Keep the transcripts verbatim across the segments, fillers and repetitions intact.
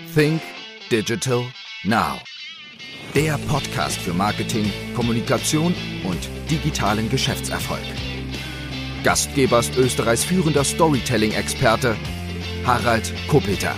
Think Digital Now. Der Podcast für Marketing, Kommunikation und digitalen Geschäftserfolg. Gastgeber ist Österreichs führender Storytelling-Experte Harald Kopeter.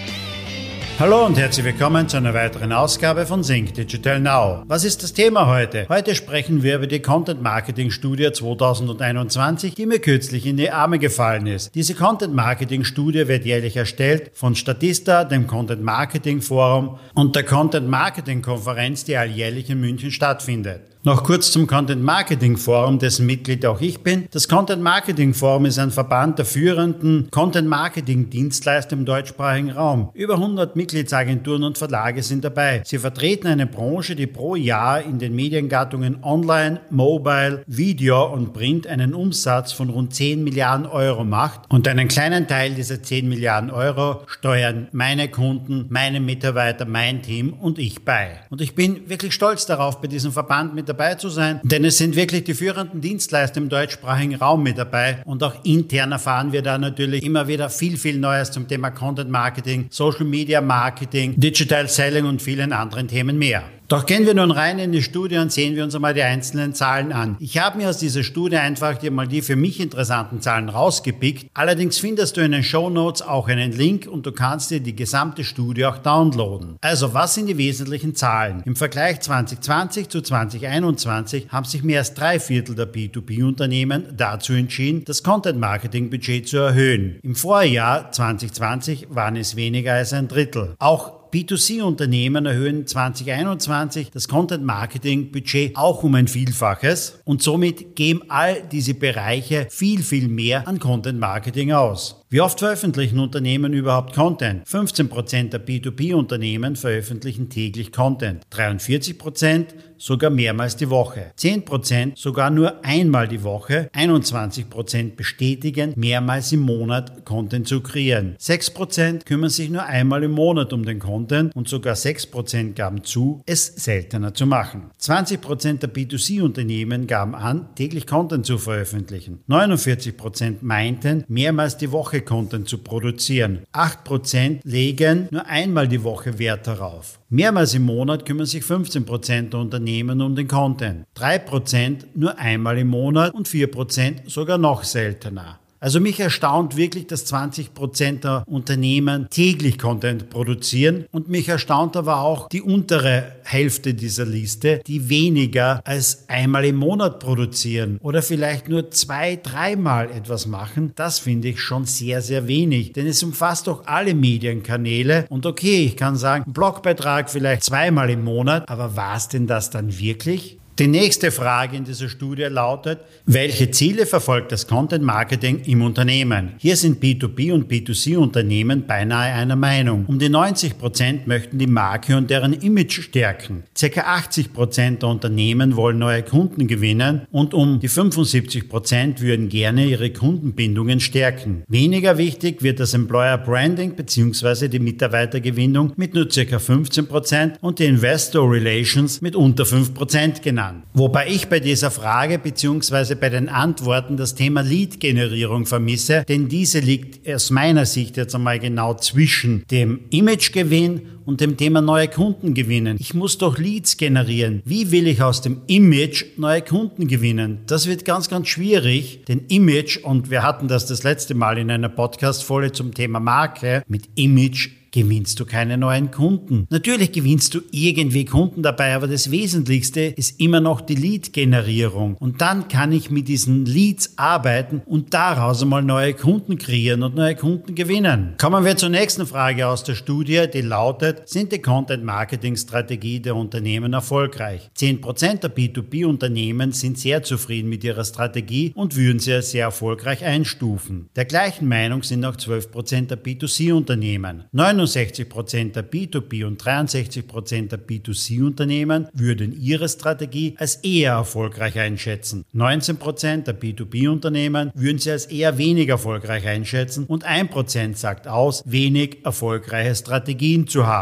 Hallo und herzlich willkommen zu einer weiteren Ausgabe von Think Digital Now. Was ist das Thema heute? Heute sprechen wir über die Content-Marketing-Studie zweitausendeinundzwanzig, die mir kürzlich in die Arme gefallen ist. Diese Content-Marketing-Studie wird jährlich erstellt von Statista, dem Content-Marketing-Forum und der Content-Marketing-Konferenz, die alljährlich in München stattfindet. Noch kurz zum Content-Marketing-Forum, dessen Mitglied auch ich bin. Das Content-Marketing-Forum ist ein Verband der führenden Content-Marketing-Dienstleister im deutschsprachigen Raum. Über hundert Mitgliedsagenturen und Verlage sind dabei. Sie vertreten eine Branche, die pro Jahr in den Mediengattungen Online, Mobile, Video und Print einen Umsatz von rund zehn Milliarden Euro macht. Und einen kleinen Teil dieser zehn Milliarden Euro steuern meine Kunden, meine Mitarbeiter, mein Team und ich bei. Und ich bin wirklich stolz darauf, bei diesem Verband mit dabei zu sein, denn es sind wirklich die führenden Dienstleister im deutschsprachigen Raum mit dabei und auch intern erfahren wir da natürlich immer wieder viel, viel Neues zum Thema Content Marketing, Social Media Marketing, Digital Selling und vielen anderen Themen mehr. Doch gehen wir nun rein in die Studie und sehen wir uns einmal die einzelnen Zahlen an. Ich habe mir aus dieser Studie einfach die mal die für mich interessanten Zahlen rausgepickt. Allerdings findest du in den Shownotes auch einen Link und du kannst dir die gesamte Studie auch downloaden. Also, was sind die wesentlichen Zahlen? Im Vergleich zwanzig zwanzig zu zwanzig einundzwanzig haben sich mehr als drei Viertel der B zwei B Unternehmen dazu entschieden, das Content-Marketing-Budget zu erhöhen. Im Vorjahr zwanzig zwanzig waren es weniger als ein Drittel. Auch B zwei C Unternehmen erhöhen zwanzig einundzwanzig das Content-Marketing-Budget auch um ein Vielfaches und somit geben all diese Bereiche viel, viel mehr an Content-Marketing aus. Wie oft veröffentlichen Unternehmen überhaupt Content? fünfzehn Prozent der B zwei B Unternehmen veröffentlichen täglich Content, dreiundvierzig Prozent sogar mehrmals die Woche, zehn Prozent sogar nur einmal die Woche, einundzwanzig Prozent bestätigen, mehrmals im Monat Content zu kreieren, sechs Prozent kümmern sich nur einmal im Monat um den Content und sogar sechs Prozent gaben zu, es seltener zu machen. zwanzig Prozent der B zwei C Unternehmen gaben an, täglich Content zu veröffentlichen, neunundvierzig Prozent meinten, mehrmals die Woche Content zu produzieren. acht Prozent legen nur einmal die Woche Wert darauf. Mehrmals im Monat kümmern sich fünfzehn Prozent der Unternehmen um den Content. drei Prozent nur einmal im Monat und vier Prozent sogar noch seltener. Also mich erstaunt wirklich, dass zwanzig Prozent der Unternehmen täglich Content produzieren und mich erstaunt aber auch die untere Hälfte dieser Liste, die weniger als einmal im Monat produzieren oder vielleicht nur zwei, dreimal etwas machen. Das finde ich schon sehr, sehr wenig, denn es umfasst doch alle Medienkanäle und okay, ich kann sagen, ein Blogbeitrag vielleicht zweimal im Monat, aber war es denn das dann wirklich? Die nächste Frage in dieser Studie lautet, welche Ziele verfolgt das Content Marketing im Unternehmen? Hier sind B zwei B und B zwei C Unternehmen beinahe einer Meinung. Um die neunzig Prozent möchten die Marke und deren Image stärken. Circa achtzig Prozent der Unternehmen wollen neue Kunden gewinnen und um die fünfundsiebzig Prozent würden gerne ihre Kundenbindungen stärken. Weniger wichtig wird das Employer Branding bzw. die Mitarbeitergewinnung mit nur circa fünfzehn Prozent und die Investor Relations mit unter fünf Prozent genannt. Wobei ich bei dieser Frage bzw. bei den Antworten das Thema Lead-Generierung vermisse, denn diese liegt aus meiner Sicht jetzt einmal genau zwischen dem Imagegewinn und dem Thema neue Kunden gewinnen. Ich muss doch Leads generieren. Wie will ich aus dem Image neue Kunden gewinnen? Das wird ganz, ganz schwierig, denn Image, und wir hatten das das letzte Mal in einer Podcast-Folge zum Thema Marke, mit Image gewinnst du keine neuen Kunden. Natürlich gewinnst du irgendwie Kunden dabei, aber das Wesentlichste ist immer noch die Lead-Generierung. Und dann kann ich mit diesen Leads arbeiten und daraus einmal neue Kunden kreieren und neue Kunden gewinnen. Kommen wir zur nächsten Frage aus der Studie, die lautet, sind die Content-Marketing-Strategie der Unternehmen erfolgreich? zehn Prozent der B zwei B Unternehmen sind sehr zufrieden mit ihrer Strategie und würden sie als sehr erfolgreich einstufen. Der gleichen Meinung sind auch zwölf Prozent der B zwei C Unternehmen. neunundsechzig Prozent der B zwei B und dreiundsechzig Prozent der B zwei C Unternehmen würden ihre Strategie als eher erfolgreich einschätzen. neunzehn Prozent der B zwei B Unternehmen würden sie als eher weniger erfolgreich einschätzen und ein Prozent sagt aus, wenig erfolgreiche Strategien zu haben.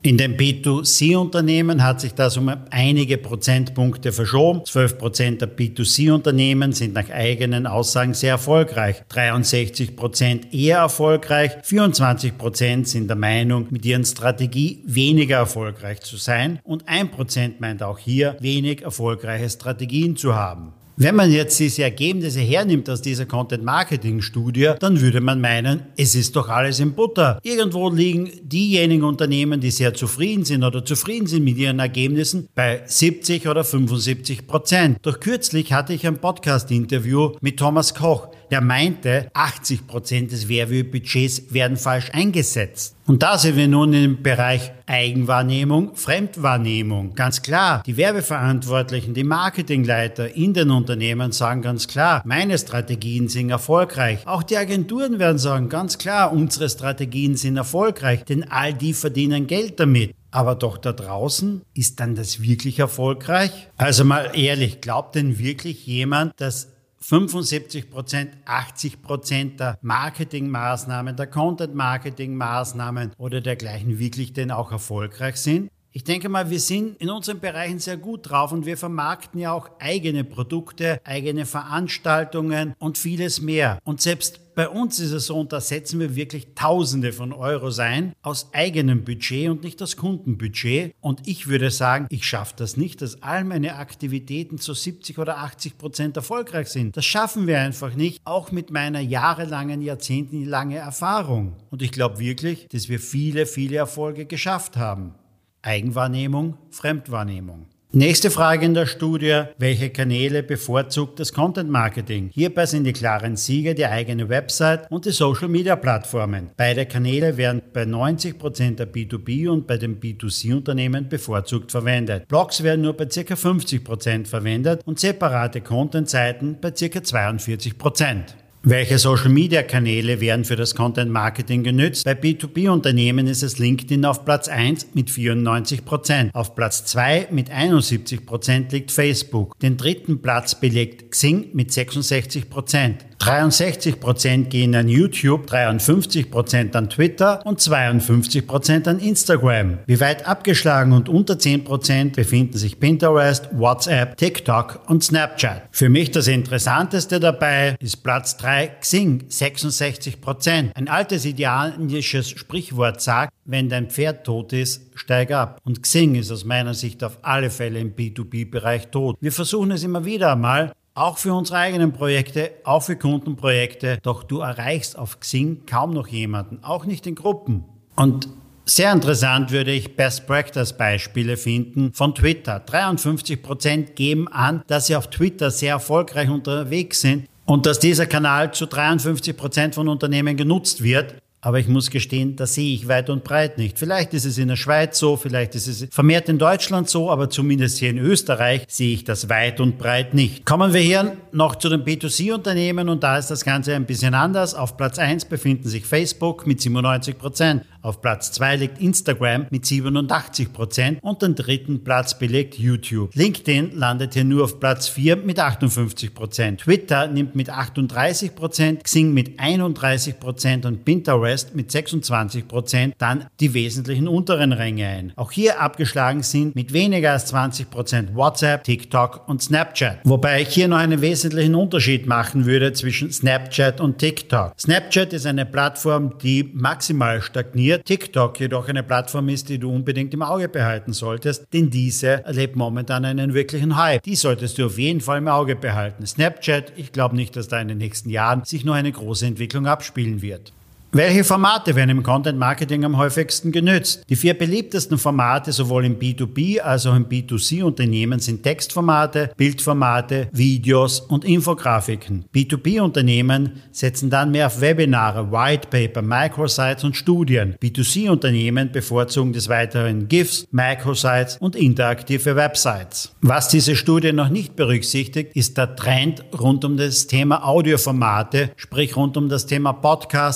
In den B zwei C-Unternehmen hat sich das um einige Prozentpunkte verschoben. zwölf Prozent der B zwei C-Unternehmen sind nach eigenen Aussagen sehr erfolgreich, dreiundsechzig Prozent eher erfolgreich, vierundzwanzig Prozent sind der Meinung, mit ihren Strategie weniger erfolgreich zu sein und ein Prozent meint auch hier, wenig erfolgreiche Strategien zu haben. Wenn man jetzt diese Ergebnisse hernimmt aus dieser Content-Marketing-Studie, dann würde man meinen, es ist doch alles in Butter. Irgendwo liegen diejenigen Unternehmen, die sehr zufrieden sind oder zufrieden sind mit ihren Ergebnissen, bei siebzig oder fünfundsiebzig Prozent. Doch kürzlich hatte ich ein Podcast-Interview mit Thomas Koch, der meinte, achtzig Prozent des Werbebudgets werden falsch eingesetzt. Und da sind wir nun im Bereich Eigenwahrnehmung, Fremdwahrnehmung. Ganz klar, die Werbeverantwortlichen, die Marketingleiter in den Unternehmen sagen ganz klar, meine Strategien sind erfolgreich. Auch die Agenturen werden sagen, ganz klar, unsere Strategien sind erfolgreich, denn all die verdienen Geld damit. Aber doch da draußen, ist dann das wirklich erfolgreich? Also mal ehrlich, glaubt denn wirklich jemand, dass fünfundsiebzig Prozent, achtzig Prozent der Marketingmaßnahmen, der Content-Marketing-Maßnahmen oder dergleichen wirklich denn auch erfolgreich sind? Ich denke mal, wir sind in unseren Bereichen sehr gut drauf und wir vermarkten ja auch eigene Produkte, eigene Veranstaltungen und vieles mehr. Und selbst bei uns ist es so, und da setzen wir wirklich Tausende von Euros ein, aus eigenem Budget und nicht aus Kundenbudget. Und ich würde sagen, ich schaffe das nicht, dass all meine Aktivitäten zu siebzig oder achtzig Prozent erfolgreich sind. Das schaffen wir einfach nicht, auch mit meiner jahrelangen, jahrzehntelangen Erfahrung. Und ich glaube wirklich, dass wir viele, viele Erfolge geschafft haben. Eigenwahrnehmung, Fremdwahrnehmung. Nächste Frage in der Studie, welche Kanäle bevorzugt das Content Marketing? Hierbei sind die klaren Sieger die eigene Website und die Social Media Plattformen. Beide Kanäle werden bei neunzig Prozent der B zwei B und bei den B zwei C Unternehmen bevorzugt verwendet. Blogs werden nur bei ca. fünfzig Prozent verwendet und separate Content-Seiten bei ca. zweiundvierzig Prozent. Welche Social-Media-Kanäle werden für das Content-Marketing genützt? Bei B zwei B-Unternehmen ist es LinkedIn auf Platz eins mit vierundneunzig Prozent. Auf Platz zwei mit einundsiebzig Prozent liegt Facebook. Den dritten Platz belegt Xing mit sechsundsechzig Prozent. dreiundsechzig Prozent gehen an YouTube, dreiundfünfzig Prozent an Twitter und zweiundfünfzig Prozent an Instagram. Wie weit abgeschlagen und unter zehn Prozent befinden sich Pinterest, WhatsApp, TikTok und Snapchat. Für mich das Interessanteste dabei ist Platz drei Xing, sechsundsechzig Prozent. Ein altes indianisches Sprichwort sagt, wenn dein Pferd tot ist, steig ab. Und Xing ist aus meiner Sicht auf alle Fälle im B zwei B-Bereich tot. Wir versuchen es immer wieder einmal, auch für unsere eigenen Projekte, auch für Kundenprojekte, doch du erreichst auf Xing kaum noch jemanden, auch nicht in Gruppen. Und sehr interessant würde ich Best-Practice-Beispiele finden von Twitter. dreiundfünfzig Prozent geben an, dass sie auf Twitter sehr erfolgreich unterwegs sind und dass dieser Kanal zu dreiundfünfzig Prozent von Unternehmen genutzt wird. Aber ich muss gestehen, das sehe ich weit und breit nicht. Vielleicht ist es in der Schweiz so, vielleicht ist es vermehrt in Deutschland so, aber zumindest hier in Österreich sehe ich das weit und breit nicht. Kommen wir hier noch zu den B zwei C-Unternehmen und da ist das Ganze ein bisschen anders. Auf Platz eins befinden sich Facebook mit siebenundneunzig Prozent. Auf Platz zwei liegt Instagram mit siebenundachtzig Prozent und den dritten Platz belegt YouTube. LinkedIn landet hier nur auf Platz vier mit achtundfünfzig Prozent. Twitter nimmt mit achtunddreißig Prozent, Xing mit einunddreißig Prozent und Pinterest mit sechsundzwanzig Prozent dann die wesentlichen unteren Ränge ein. Auch hier abgeschlagen sind mit weniger als zwanzig Prozent WhatsApp, TikTok und Snapchat. Wobei ich hier noch einen wesentlichen Unterschied machen würde zwischen Snapchat und TikTok. Snapchat ist eine Plattform, die maximal stagniert. TikTok jedoch eine Plattform ist, die du unbedingt im Auge behalten solltest, denn diese erlebt momentan einen wirklichen Hype. Die solltest du auf jeden Fall im Auge behalten. Snapchat, ich glaube nicht, dass da in den nächsten Jahren sich noch eine große Entwicklung abspielen wird. Welche Formate werden im Content Marketing am häufigsten genützt? Die vier beliebtesten Formate sowohl im B zwei B als auch im B zwei C Unternehmen sind Textformate, Bildformate, Videos und Infografiken. B zwei B Unternehmen setzen dann mehr auf Webinare, Whitepaper, Microsites und Studien. B zwei C Unternehmen bevorzugen des Weiteren GIFs, Microsites und interaktive Websites. Was diese Studie noch nicht berücksichtigt, ist der Trend rund um das Thema Audioformate, sprich rund um das Thema Podcast, Club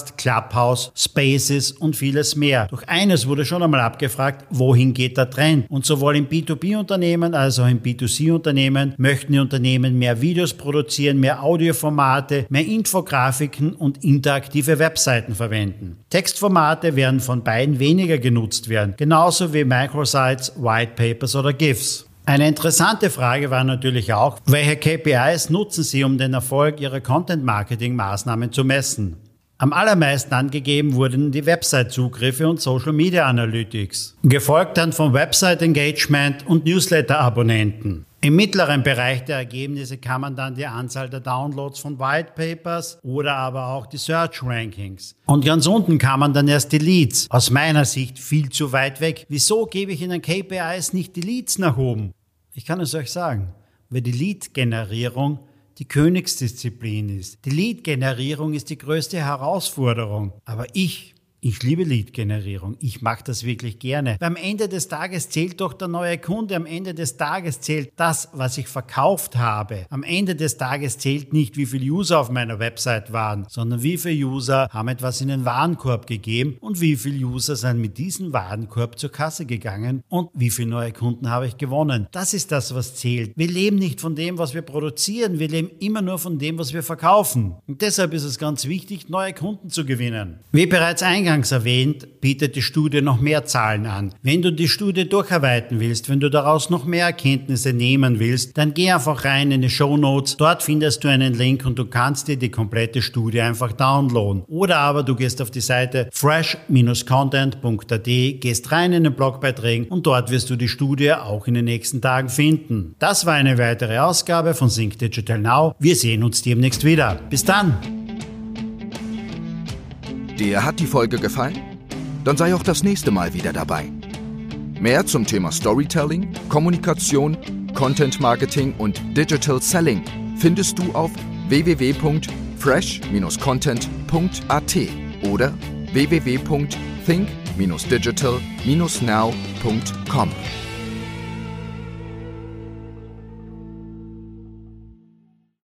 Clubhouse, Spaces und vieles mehr. Doch eines wurde schon einmal abgefragt, wohin geht der Trend? Und sowohl im B zwei B-Unternehmen als auch im B zwei C-Unternehmen möchten die Unternehmen mehr Videos produzieren, mehr Audioformate, mehr Infografiken und interaktive Webseiten verwenden. Textformate werden von beiden weniger genutzt werden, genauso wie Microsites, White Papers oder GIFs. Eine interessante Frage war natürlich auch, welche K P Is nutzen Sie, um den Erfolg Ihrer Content-Marketing-Maßnahmen zu messen? Am allermeisten angegeben wurden die Website-Zugriffe und Social Media Analytics, gefolgt dann von Website-Engagement und Newsletter-Abonnenten. Im mittleren Bereich der Ergebnisse kann man dann die Anzahl der Downloads von White Papers oder aber auch die Search Rankings. Und ganz unten kann man dann erst die Leads. Aus meiner Sicht viel zu weit weg. Wieso gebe ich in den K P Is nicht die Leads nach oben? Ich kann es euch sagen, weil die Lead-Generierung die Königsdisziplin ist. Die Lead-Generierung ist die größte Herausforderung. Aber ich, ich liebe Lead-Generierung. Ich mache das wirklich gerne. Weil am Ende des Tages zählt doch der neue Kunde. Am Ende des Tages zählt das, was ich verkauft habe. Am Ende des Tages zählt nicht, wie viele User auf meiner Website waren, sondern wie viele User haben etwas in den Warenkorb gegeben und wie viele User sind mit diesem Warenkorb zur Kasse gegangen und wie viele neue Kunden habe ich gewonnen. Das ist das, was zählt. Wir leben nicht von dem, was wir produzieren. Wir leben immer nur von dem, was wir verkaufen. Und deshalb ist es ganz wichtig, neue Kunden zu gewinnen. Wie bereits eingangs Eingangs erwähnt, bietet die Studie noch mehr Zahlen an. Wenn du die Studie durcharbeiten willst, wenn du daraus noch mehr Erkenntnisse nehmen willst, dann geh einfach rein in die Shownotes. Dort findest du einen Link und du kannst dir die komplette Studie einfach downloaden. Oder aber du gehst auf die Seite fresh Bindestrich content Punkt a t, gehst rein in den Blogbeiträgen und dort wirst du die Studie auch in den nächsten Tagen finden. Das war eine weitere Ausgabe von Think Digital Now. Wir sehen uns demnächst wieder. Bis dann! Dir hat die Folge gefallen? Dann sei auch das nächste Mal wieder dabei. Mehr zum Thema Storytelling, Kommunikation, Content Marketing und Digital Selling findest du auf w w w Punkt fresh Bindestrich content Punkt a t oder w w w Punkt think Bindestrich digital Bindestrich now Punkt com.